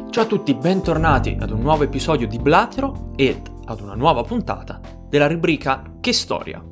Ciao a tutti, bentornati ad un nuovo episodio di Blatero ed ad una nuova puntata della rubrica Che Storia.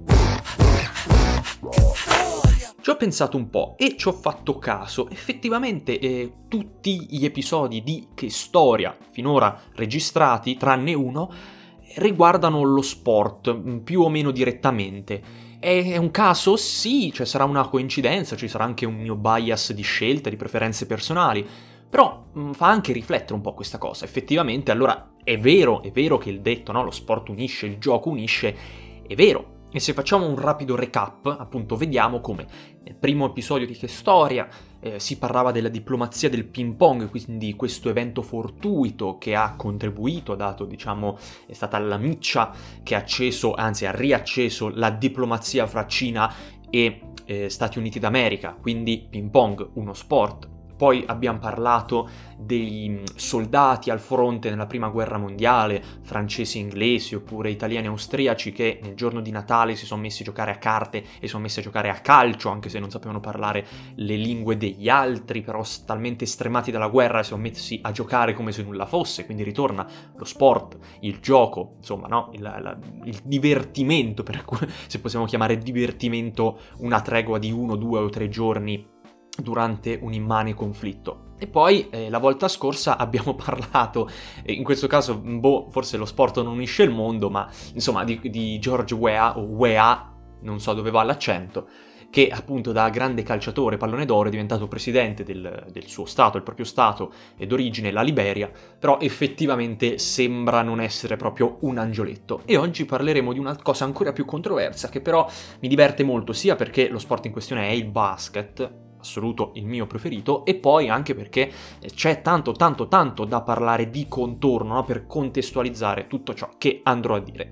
Ci ho pensato un po' e ci ho fatto caso. Effettivamente tutti gli episodi di Che Storia finora registrati, tranne uno, riguardano lo sport, più o meno direttamente. È un caso? Sì, cioè sarà una coincidenza, ci sarà anche un mio bias di scelta, di preferenze personali, però fa anche riflettere un po' questa cosa. Effettivamente, allora, è vero che il detto, no? Lo sport unisce, il gioco unisce, è vero. E se facciamo un rapido recap, appunto, vediamo come nel primo episodio di Che Storia si parlava della diplomazia del ping pong, quindi questo evento fortuito che ha contribuito, ha dato, diciamo, è stata la miccia che ha acceso, anzi ha riacceso la diplomazia fra Cina e Stati Uniti d'America, quindi ping pong, uno sport. Poi abbiamo parlato dei soldati al fronte nella prima guerra mondiale, francesi e inglesi oppure italiani e austriaci che nel giorno di Natale si sono messi a giocare a carte e si sono messi a giocare a calcio, anche se non sapevano parlare le lingue degli altri, però talmente stremati dalla guerra si sono messi a giocare come se nulla fosse, quindi ritorna lo sport, il gioco, insomma, no? Il divertimento, se possiamo chiamare divertimento una tregua di 1, 2 o 3 giorni durante un immane conflitto. E poi la volta scorsa abbiamo parlato, in questo caso forse lo sport non unisce il mondo, ma insomma di George Weah, o Weah, non so dove va l'accento, che appunto da grande calciatore pallone d'oro è diventato presidente del suo stato, il proprio stato d'origine, la Liberia, però effettivamente sembra non essere proprio un angioletto. E oggi parleremo di una cosa ancora più controversa, che però mi diverte molto, sia perché lo sport in questione è il basket, assoluto il mio preferito, e poi anche perché c'è tanto da parlare di contorno, no? Per contestualizzare tutto ciò che andrò a dire.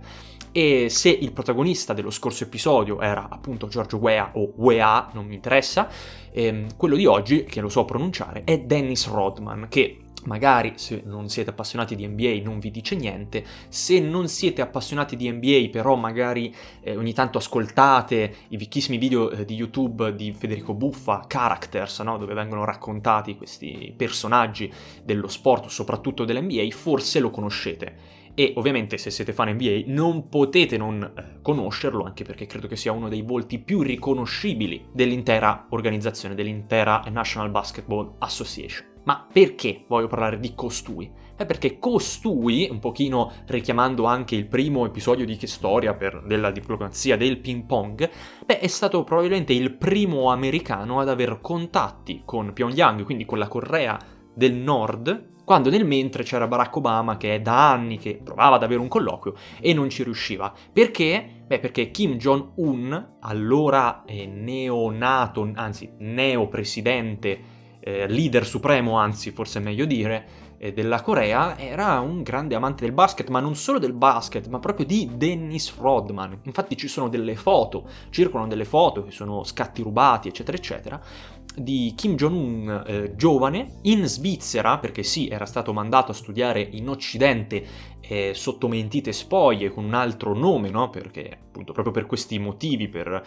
E se il protagonista dello scorso episodio era appunto George Weah o Weah, non mi interessa, quello di oggi, che lo so pronunciare, è Dennis Rodman, che magari se non siete appassionati di NBA non vi dice niente, se non siete appassionati di NBA però magari ogni tanto ascoltate i vecchissimi video di YouTube di Federico Buffa, Characters, no? Dove vengono raccontati questi personaggi dello sport, soprattutto dell'NBA, forse lo conoscete. E ovviamente se siete fan NBA non potete non conoscerlo, anche perché credo che sia uno dei volti più riconoscibili dell'intera organizzazione, dell'intera National Basketball Association. Ma perché voglio parlare di costui? Perché costui, un pochino richiamando anche il primo episodio di Che Storia della diplomazia del ping pong, è stato probabilmente il primo americano ad aver contatti con Pyongyang, quindi con la Corea del Nord, quando nel mentre c'era Barack Obama che è da anni che provava ad avere un colloquio e non ci riusciva. Perché? Perché Kim Jong-un, allora neonato, anzi neopresidente, leader supremo, anzi forse è meglio dire, della Corea, era un grande amante del basket, ma non solo del basket, ma proprio di Dennis Rodman. Infatti ci sono delle foto, circolano delle foto che sono scatti rubati, eccetera, eccetera, di Kim Jong-un giovane in Svizzera, perché sì, era stato mandato a studiare in Occidente sotto mentite spoglie con un altro nome, no? Perché appunto proprio per questi motivi, per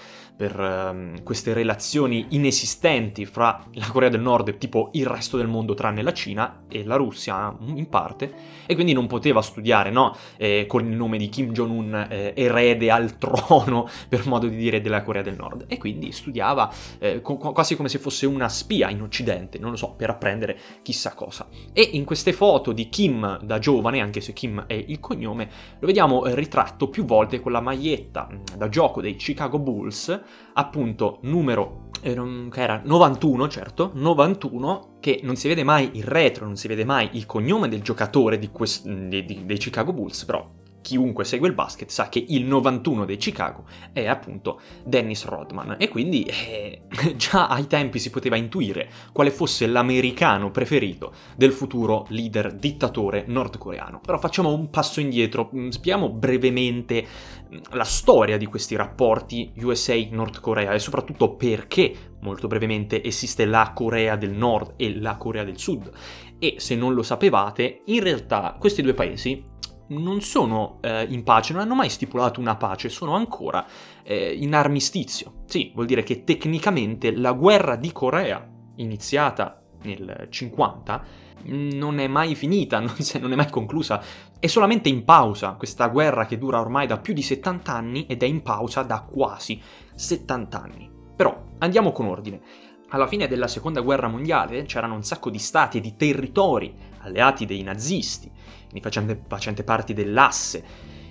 queste relazioni inesistenti fra la Corea del Nord e tipo il resto del mondo tranne la Cina e la Russia in parte, e quindi non poteva studiare, no? Con il nome di Kim Jong-un erede al trono, per modo di dire, della Corea del Nord, e quindi studiava quasi come se fosse una spia in Occidente, non lo so, per apprendere chissà cosa. E in queste foto di Kim da giovane, anche se Kim è il cognome, lo vediamo ritratto più volte con la maglietta da gioco dei Chicago Bulls, appunto numero che era 91, certo, 91, che non si vede mai il retro, non si vede mai il cognome del giocatore dei Chicago Bulls, però chiunque segue il basket sa che il 91 dei Chicago è appunto Dennis Rodman, e quindi già ai tempi si poteva intuire quale fosse l'americano preferito del futuro leader dittatore nordcoreano. Però facciamo un passo indietro, spieghiamo brevemente la storia di questi rapporti USA-Nord Corea e soprattutto perché, molto brevemente, esiste la Corea del Nord e la Corea del Sud. E se non lo sapevate, in realtà questi due paesi non sono in pace, non hanno mai stipulato una pace, sono ancora in armistizio. Sì, vuol dire che tecnicamente la guerra di Corea, iniziata nel 50, non è mai finita, non è mai conclusa, è solamente in pausa questa guerra che dura ormai da più di 70 anni ed è in pausa da quasi 70 anni. Però andiamo con ordine. Alla fine della seconda guerra mondiale c'erano un sacco di stati e di territori alleati dei nazisti, facente parte dell'asse,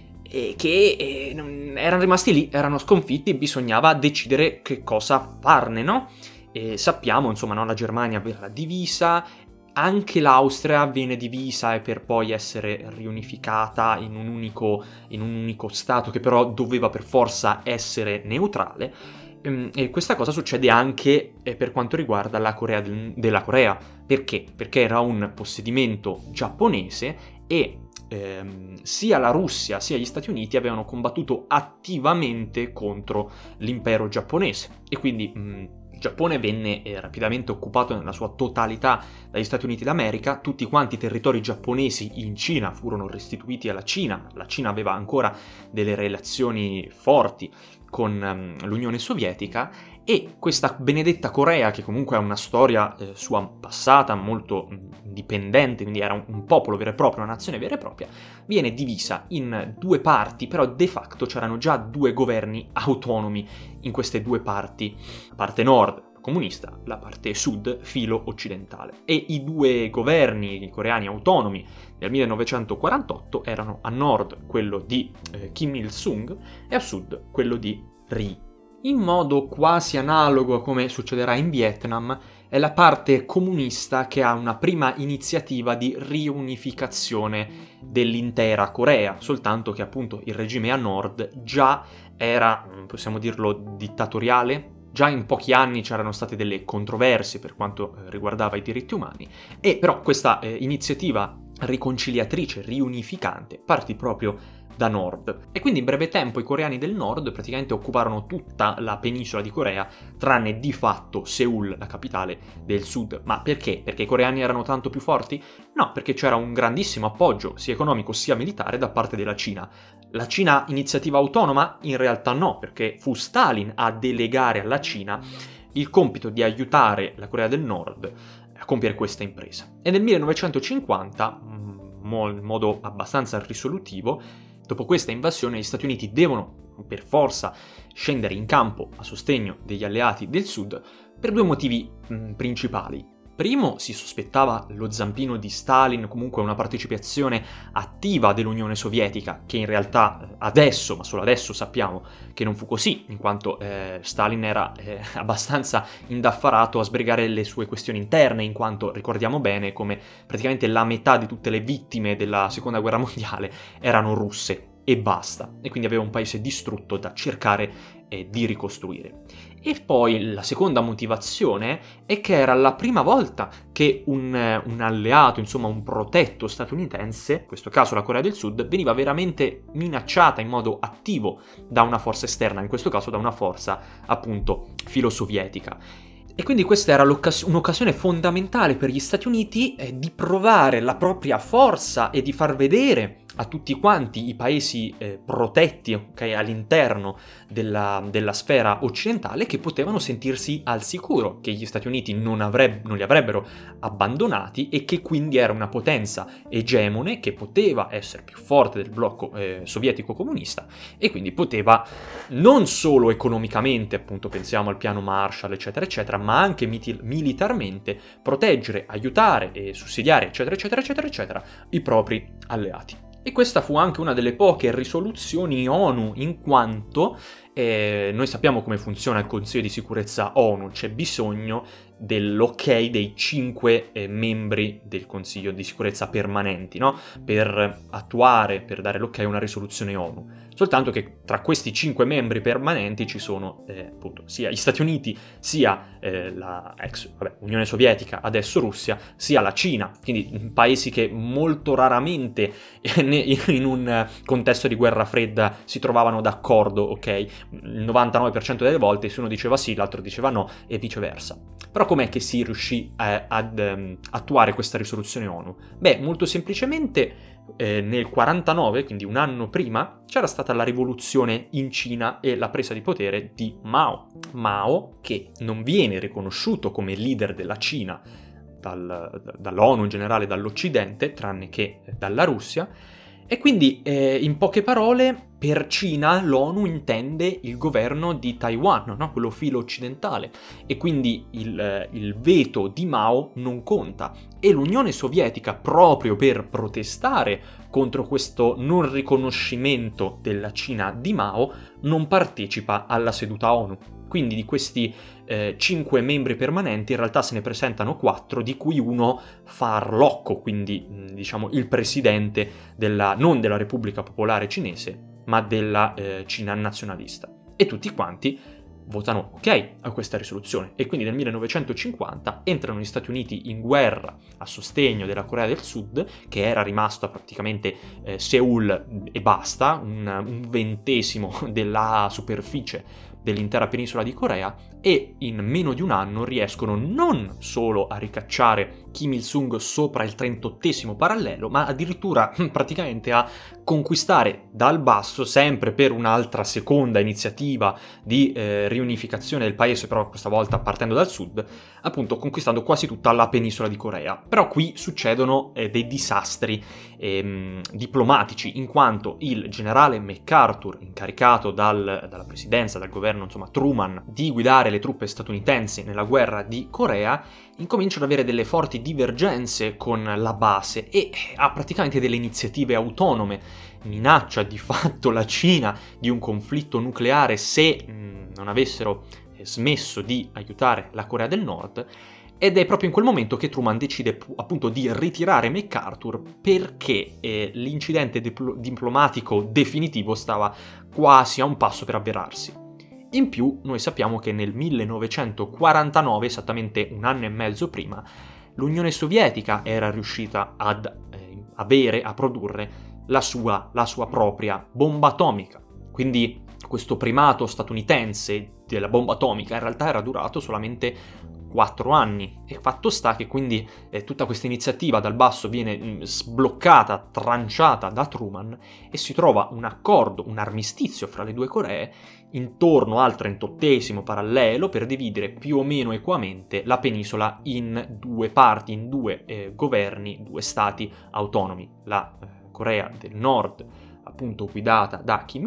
che erano rimasti lì, erano sconfitti e bisognava decidere che cosa farne, no? E sappiamo, insomma, no, la Germania verrà divisa, anche l'Austria viene divisa e per poi essere riunificata in un unico stato che però doveva per forza essere neutrale. E questa cosa succede anche per quanto riguarda la Corea della Corea. Perché? Perché era un possedimento giapponese e sia la Russia sia gli Stati Uniti avevano combattuto attivamente contro l'impero giapponese e quindi il Giappone venne rapidamente occupato nella sua totalità dagli Stati Uniti d'America, tutti quanti i territori giapponesi in Cina furono restituiti alla Cina, la Cina aveva ancora delle relazioni forti con l'Unione Sovietica e questa benedetta Corea, che comunque ha una storia sua passata molto indipendente, quindi era un popolo vero e proprio, una nazione vera e propria, viene divisa in due parti, però de facto c'erano già due governi autonomi in queste due parti, la parte nord comunista, la parte sud filo occidentale. E i due governi coreani autonomi nel 1948 erano a nord quello di Kim Il-sung e a sud quello di Ri. In modo quasi analogo a come succederà in Vietnam, è la parte comunista che ha una prima iniziativa di riunificazione dell'intera Corea, soltanto che appunto il regime a nord già era, possiamo dirlo, dittatoriale. Già in pochi anni c'erano state delle controversie per quanto riguardava i diritti umani, e però questa iniziativa riconciliatrice, riunificante, partì proprio da nord. E quindi in breve tempo i coreani del nord praticamente occuparono tutta la penisola di Corea, tranne di fatto Seul, la capitale del sud. Ma perché? Perché i coreani erano tanto più forti? No, perché c'era un grandissimo appoggio, sia economico sia militare, da parte della Cina. La Cina iniziativa autonoma? In realtà no, perché fu Stalin a delegare alla Cina il compito di aiutare la Corea del Nord a compiere questa impresa. E nel 1950, in modo abbastanza risolutivo, dopo questa invasione gli Stati Uniti devono per forza scendere in campo a sostegno degli alleati del sud per due motivi principali. Primo, si sospettava lo zampino di Stalin, comunque una partecipazione attiva dell'Unione Sovietica, che in realtà adesso, ma solo adesso sappiamo che non fu così, in quanto Stalin era abbastanza indaffarato a sbrigare le sue questioni interne, in quanto ricordiamo bene come praticamente la metà di tutte le vittime della Seconda Guerra Mondiale erano russe e basta, e quindi aveva un paese distrutto da cercare di ricostruire. E poi la seconda motivazione è che era la prima volta che un alleato, insomma un protetto statunitense, in questo caso la Corea del Sud, veniva veramente minacciata in modo attivo da una forza esterna, in questo caso da una forza appunto filosovietica. E quindi questa era un'occasione fondamentale per gli Stati Uniti di provare la propria forza e di far vedere a tutti quanti i paesi protetti, okay, all'interno della sfera occidentale, che potevano sentirsi al sicuro, che gli Stati Uniti non li avrebbero abbandonati e che quindi era una potenza egemone che poteva essere più forte del blocco sovietico comunista e quindi poteva non solo economicamente, appunto pensiamo al piano Marshall eccetera eccetera, ma anche militarmente proteggere, aiutare e sussidiare eccetera eccetera eccetera eccetera i propri alleati. E questa fu anche una delle poche risoluzioni ONU, in quanto noi sappiamo come funziona il Consiglio di Sicurezza ONU, c'è bisogno dell'ok dei 5 membri del Consiglio di Sicurezza permanenti, no? Per attuare, per dare l'ok a una risoluzione ONU. Soltanto che tra questi 5 membri permanenti ci sono appunto sia gli Stati Uniti, sia la Unione Sovietica, adesso Russia, sia la Cina, quindi paesi che molto raramente in un contesto di guerra fredda si trovavano d'accordo, ok? Il 99% delle volte se uno diceva sì, l'altro diceva no e viceversa. Però com'è che si riuscì ad attuare questa risoluzione ONU? Beh, molto semplicemente nel 49, quindi un anno prima, c'era stata la rivoluzione in Cina e la presa di potere di Mao. Mao, che non viene riconosciuto come leader della Cina dall'ONU, in generale dall'Occidente, tranne che dalla Russia. E quindi, in poche parole, per Cina l'ONU intende il governo di Taiwan, no? Quello filo occidentale, e quindi il veto di Mao non conta. E l'Unione Sovietica, proprio per protestare contro questo non riconoscimento della Cina di Mao, non partecipa alla seduta ONU. Quindi di questi 5 membri permanenti in realtà se ne presentano 4, di cui uno fa arlocco, quindi diciamo il presidente non della Repubblica Popolare Cinese, ma della Cina nazionalista. E tutti quanti votano ok a questa risoluzione, e quindi nel 1950 entrano gli Stati Uniti in guerra a sostegno della Corea del Sud, che era rimasta praticamente Seoul e basta, un ventesimo della superficie dell'intera penisola di Corea, e in meno di un anno riescono non solo a ricacciare Kim Il-sung sopra il 38esimo parallelo, ma addirittura praticamente a conquistare dal basso, sempre per un'altra seconda iniziativa di riunificazione del paese, però questa volta partendo dal sud, appunto conquistando quasi tutta la penisola di Corea. Però qui succedono dei disastri diplomatici, in quanto il generale MacArthur, incaricato dalla presidenza, dal governo insomma Truman, di guidare le truppe statunitensi nella guerra di Corea, incomincia ad avere delle forti divergenze con la base e ha praticamente delle iniziative autonome, minaccia di fatto la Cina di un conflitto nucleare se non avessero smesso di aiutare la Corea del Nord. Ed è proprio in quel momento che Truman decide appunto di ritirare MacArthur, perché l'incidente diplomatico definitivo stava quasi a un passo per avverarsi. In più, noi sappiamo che nel 1949, esattamente un anno e mezzo prima, l'Unione Sovietica era riuscita a produrre la sua propria bomba atomica. Quindi questo primato statunitense della bomba atomica in realtà era durato solamente 4 anni, e fatto sta che quindi tutta questa iniziativa dal basso viene sbloccata, tranciata da Truman, e si trova un accordo, un armistizio fra le due Coree intorno al 38esimo parallelo, per dividere più o meno equamente la penisola in 2 parti, in 2 governi, 2 stati autonomi. La Corea del Nord, appunto guidata da Kim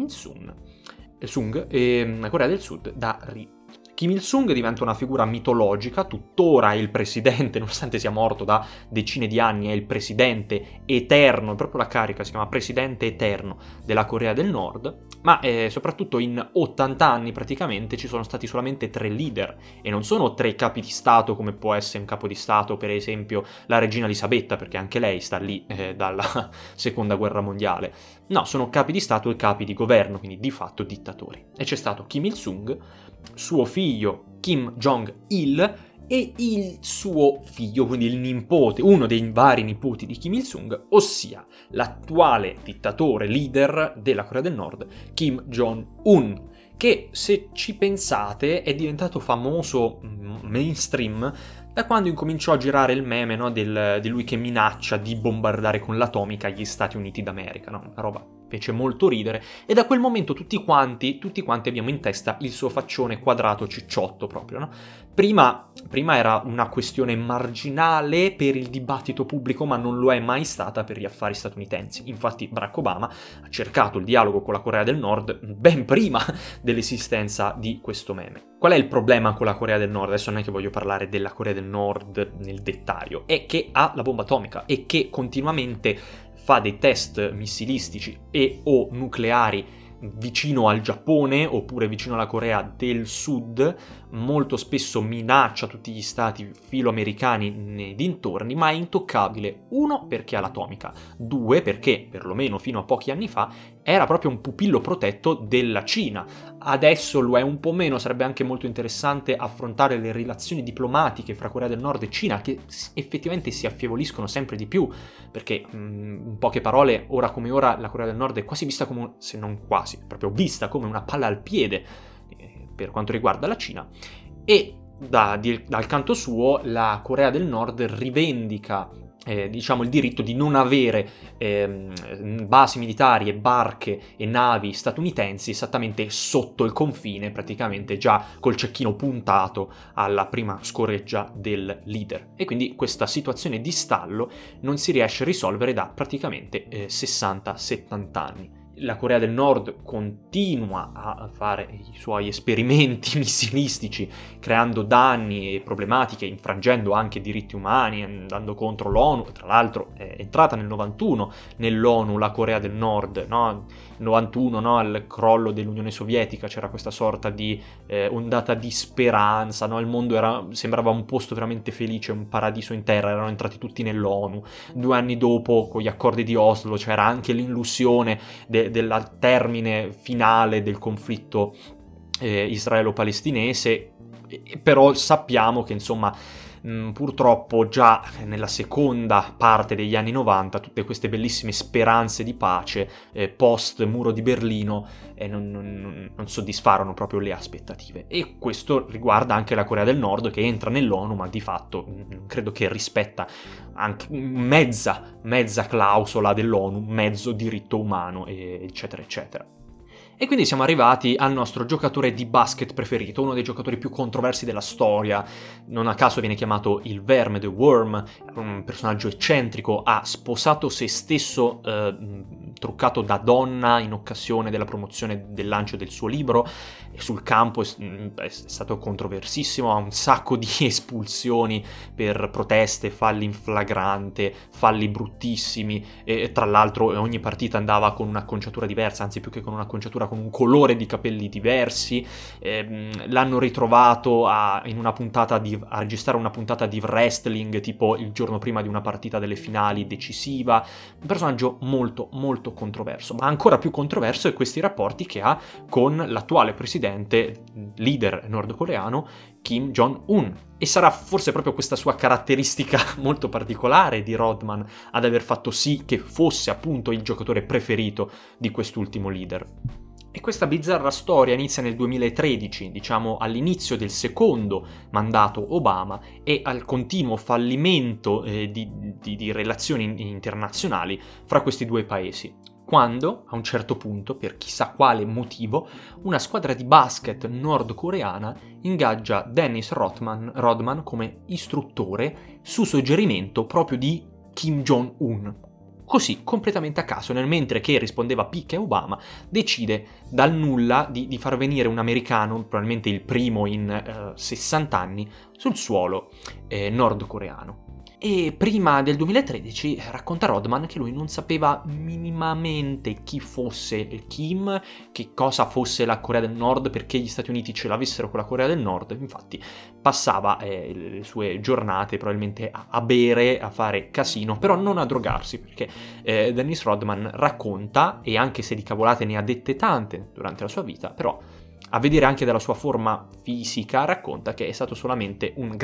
Il-sung, e la Corea del Sud da Ri. Kim Il-sung diventa una figura mitologica, tuttora è il presidente, nonostante sia morto da decine di anni, è il presidente eterno, proprio la carica si chiama presidente eterno della Corea del Nord, ma soprattutto in 80 anni praticamente ci sono stati solamente 3 leader, e non sono 3 capi di Stato come può essere un capo di Stato, per esempio la regina Elisabetta, perché anche lei sta lì dalla Seconda Guerra Mondiale. No, sono capi di Stato e capi di governo, quindi di fatto dittatori. E c'è stato Kim Il-sung, suo figlio Kim Jong-il e il suo figlio, quindi il nipote, uno dei vari nipoti di Kim Il-sung, ossia l'attuale dittatore leader della Corea del Nord, Kim Jong-un, che se ci pensate è diventato famoso mainstream da quando incominciò a girare il meme, no, di lui che minaccia di bombardare con l'atomica gli Stati Uniti d'America, no? Una roba fece molto ridere, e da quel momento tutti quanti abbiamo in testa il suo faccione quadrato cicciotto proprio, no? Prima era una questione marginale per il dibattito pubblico, ma non lo è mai stata per gli affari statunitensi. Infatti Barack Obama ha cercato il dialogo con la Corea del Nord ben prima dell'esistenza di questo meme. Qual è il problema con la Corea del Nord? Adesso non è che voglio parlare della Corea del Nord nel dettaglio, è che ha la bomba atomica e che continuamente fa dei test missilistici e o nucleari vicino al Giappone oppure vicino alla Corea del Sud, molto spesso minaccia tutti gli stati filoamericani nei dintorni, ma è intoccabile. 1, perché ha l'atomica, 2, perché perlomeno fino a pochi anni fa era proprio un pupillo protetto della Cina. Adesso lo è un po' meno, sarebbe anche molto interessante affrontare le relazioni diplomatiche fra Corea del Nord e Cina, che effettivamente si affievoliscono sempre di più, perché in poche parole, ora come ora, la Corea del Nord è quasi vista come, se non quasi, proprio vista come una palla al piede per quanto riguarda la Cina, e dal canto suo la Corea del Nord rivendica diciamo il diritto di non avere basi militari e barche e navi statunitensi esattamente sotto il confine, praticamente già col cecchino puntato alla prima scoreggia del leader. E quindi questa situazione di stallo non si riesce a risolvere da praticamente 60-70 anni. La Corea del Nord continua a fare i suoi esperimenti missilistici, creando danni e problematiche, infrangendo anche diritti umani, andando contro l'ONU. Tra l'altro è entrata nel 91 nell'ONU la Corea del Nord, no? 91, no? Al crollo dell'Unione Sovietica c'era questa sorta di ondata di speranza, no? Il mondo sembrava un posto veramente felice, un paradiso in terra, erano entrati tutti nell'ONU. 2 anni dopo, con gli accordi di Oslo, c'era anche l'illusione del termine finale del conflitto israelo-palestinese, però sappiamo che insomma purtroppo già nella seconda parte degli anni 90 tutte queste bellissime speranze di pace post muro di Berlino non soddisfarono proprio le aspettative, e questo riguarda anche la Corea del Nord, che entra nell'ONU ma di fatto credo che rispetta anche mezza clausola dell'ONU, mezzo diritto umano, eccetera eccetera. E quindi siamo arrivati al nostro giocatore di basket preferito, uno dei giocatori più controversi della storia. Non a caso viene chiamato il Verme, The Worm, un personaggio eccentrico, ha sposato se stesso truccato da donna in occasione della promozione del lancio del suo libro, e sul campo è stato controversissimo, ha un sacco di espulsioni per proteste, falli in flagrante, falli bruttissimi, e tra l'altro ogni partita andava con un'acconciatura diversa, anzi più che con un'acconciatura, con un colore di capelli diversi. L'hanno ritrovato a registrare una puntata di wrestling tipo il giorno prima di una partita delle finali decisiva. Un personaggio molto molto controverso, ma ancora più controverso è questi rapporti che ha con l'attuale presidente, leader nordcoreano, Kim Jong-un. E sarà forse proprio questa sua caratteristica molto particolare di Rodman ad aver fatto sì che fosse appunto il giocatore preferito di quest'ultimo leader. E questa bizzarra storia inizia nel 2013, diciamo all'inizio del secondo mandato Obama, e al continuo fallimento di relazioni internazionali fra questi due paesi, quando, a un certo punto, per chissà quale motivo, una squadra di basket nordcoreana ingaggia Dennis Rodman come istruttore su suggerimento proprio di Kim Jong-un. Così, completamente a caso, nel mentre che rispondeva picche a Obama, decide dal nulla di far venire un americano, probabilmente il primo in 60 anni, sul suolo nordcoreano. E prima del 2013 racconta Rodman che lui non sapeva minimamente chi fosse Kim, che cosa fosse la Corea del Nord, perché gli Stati Uniti ce l'avessero con la Corea del Nord. Infatti passava le sue giornate probabilmente a bere, a fare casino, però non a drogarsi, perché Dennis Rodman racconta, e anche se di cavolate ne ha dette tante durante la sua vita, però a vedere anche dalla sua forma fisica, racconta che è stato solamente un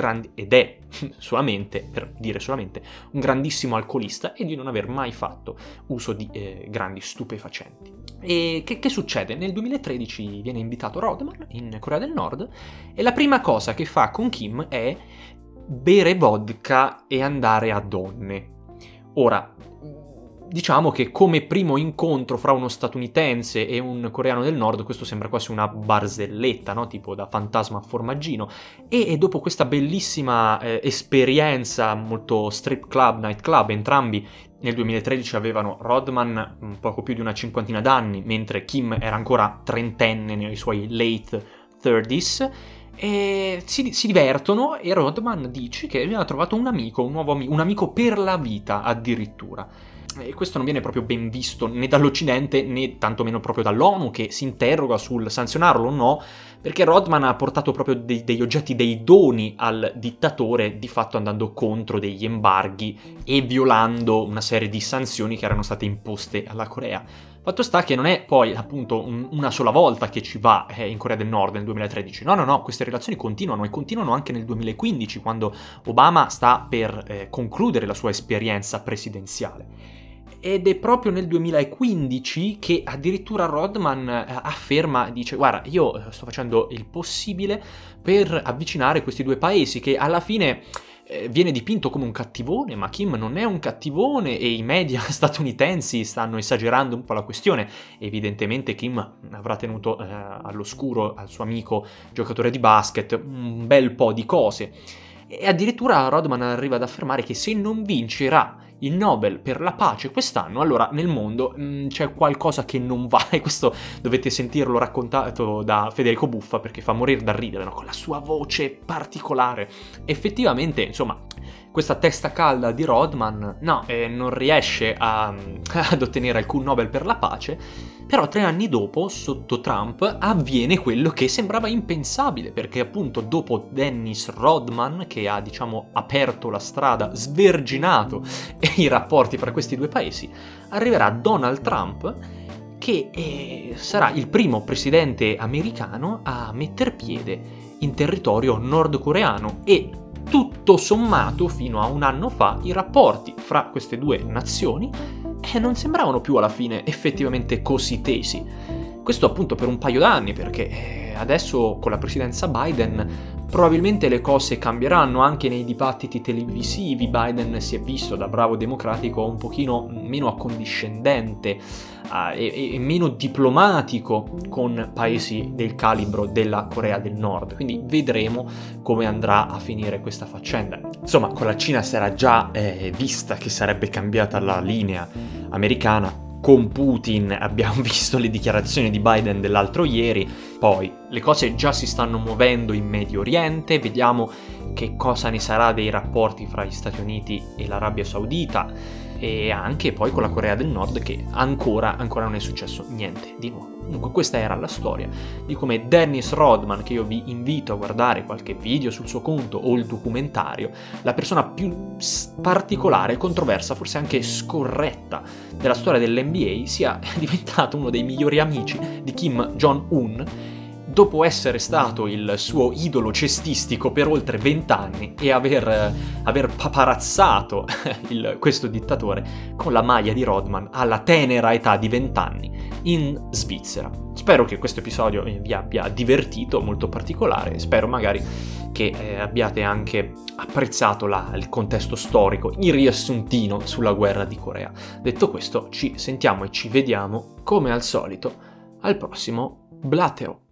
un grandissimo alcolista, e di non aver mai fatto uso di grandi stupefacenti. E che succede? Nel 2013 viene invitato Rodman in Corea del Nord, e la prima cosa che fa con Kim è bere vodka e andare a donne. Ora, diciamo che come primo incontro fra uno statunitense e un coreano del nord questo sembra quasi una barzelletta, no? Tipo da Fantasma a Formaggino, e dopo questa bellissima esperienza molto strip club, night club, entrambi nel 2013 avevano Rodman un poco più di una cinquantina d'anni, mentre Kim era ancora trentenne nei suoi late 30s, e si divertono, e Rodman dice che aveva trovato un amico, un nuovo amico, un amico per la vita addirittura. E questo non viene proprio ben visto né dall'Occidente né tantomeno proprio dall'ONU, che si interroga sul sanzionarlo o no, perché Rodman ha portato proprio degli oggetti, dei doni al dittatore, di fatto andando contro degli embarghi e violando una serie di sanzioni che erano state imposte alla Corea. Fatto sta che non è poi appunto una sola volta che ci va in Corea del Nord nel 2013, no, queste relazioni continuano, e continuano anche nel 2015, quando Obama sta per concludere la sua esperienza presidenziale. Ed è proprio nel 2015 che addirittura Rodman afferma, dice: guarda, io sto facendo il possibile per avvicinare questi due paesi, che alla fine viene dipinto come un cattivone, ma Kim non è un cattivone e i media statunitensi stanno esagerando un po' la questione. Evidentemente Kim avrà tenuto all'oscuro al suo amico giocatore di basket un bel po' di cose. E addirittura Rodman arriva ad affermare che se non vincerà il Nobel per la pace quest'anno, allora nel mondo c'è qualcosa che non va, e questo dovete sentirlo raccontato da Federico Buffa, perché fa morire da ridere, no? Con la sua voce particolare. Effettivamente, insomma, questa testa calda di Rodman non riesce ad ottenere alcun Nobel per la pace. Però 3 anni dopo, sotto Trump, avviene quello che sembrava impensabile, perché appunto dopo Dennis Rodman, che ha, diciamo, aperto la strada, sverginato i rapporti fra questi due paesi, arriverà Donald Trump, che sarà il primo presidente americano a metter piede in territorio nordcoreano, e tutto sommato, fino a un anno fa, i rapporti fra queste due nazioni non sembravano più alla fine effettivamente così tesi. Questo appunto per un paio d'anni, perché adesso con la presidenza Biden probabilmente le cose cambieranno anche nei dibattiti televisivi. Biden si è visto da bravo democratico un pochino meno accondiscendente e meno diplomatico con paesi del calibro della Corea del Nord, quindi vedremo come andrà a finire questa faccenda. Insomma, con la Cina si era già vista che sarebbe cambiata la linea americana. Con Putin abbiamo visto le dichiarazioni di Biden dell'altro ieri, poi le cose già si stanno muovendo in Medio Oriente, vediamo che cosa ne sarà dei rapporti fra gli Stati Uniti e l'Arabia Saudita, e anche poi con la Corea del Nord, che ancora non è successo niente di nuovo. Comunque questa era la storia di come Dennis Rodman, che io vi invito a guardare qualche video sul suo conto o il documentario, la persona più particolare, controversa, forse anche scorretta della storia dell'NBA, sia diventato uno dei migliori amici di Kim Jong-un, dopo essere stato il suo idolo cestistico per oltre 20 anni e aver paparazzato questo dittatore con la maglia di Rodman alla tenera età di 20 anni in Svizzera. Spero che questo episodio vi abbia divertito, molto particolare, spero magari che abbiate anche apprezzato il contesto storico, il riassuntino sulla guerra di Corea. Detto questo, ci sentiamo e ci vediamo, come al solito, al prossimo Blatero.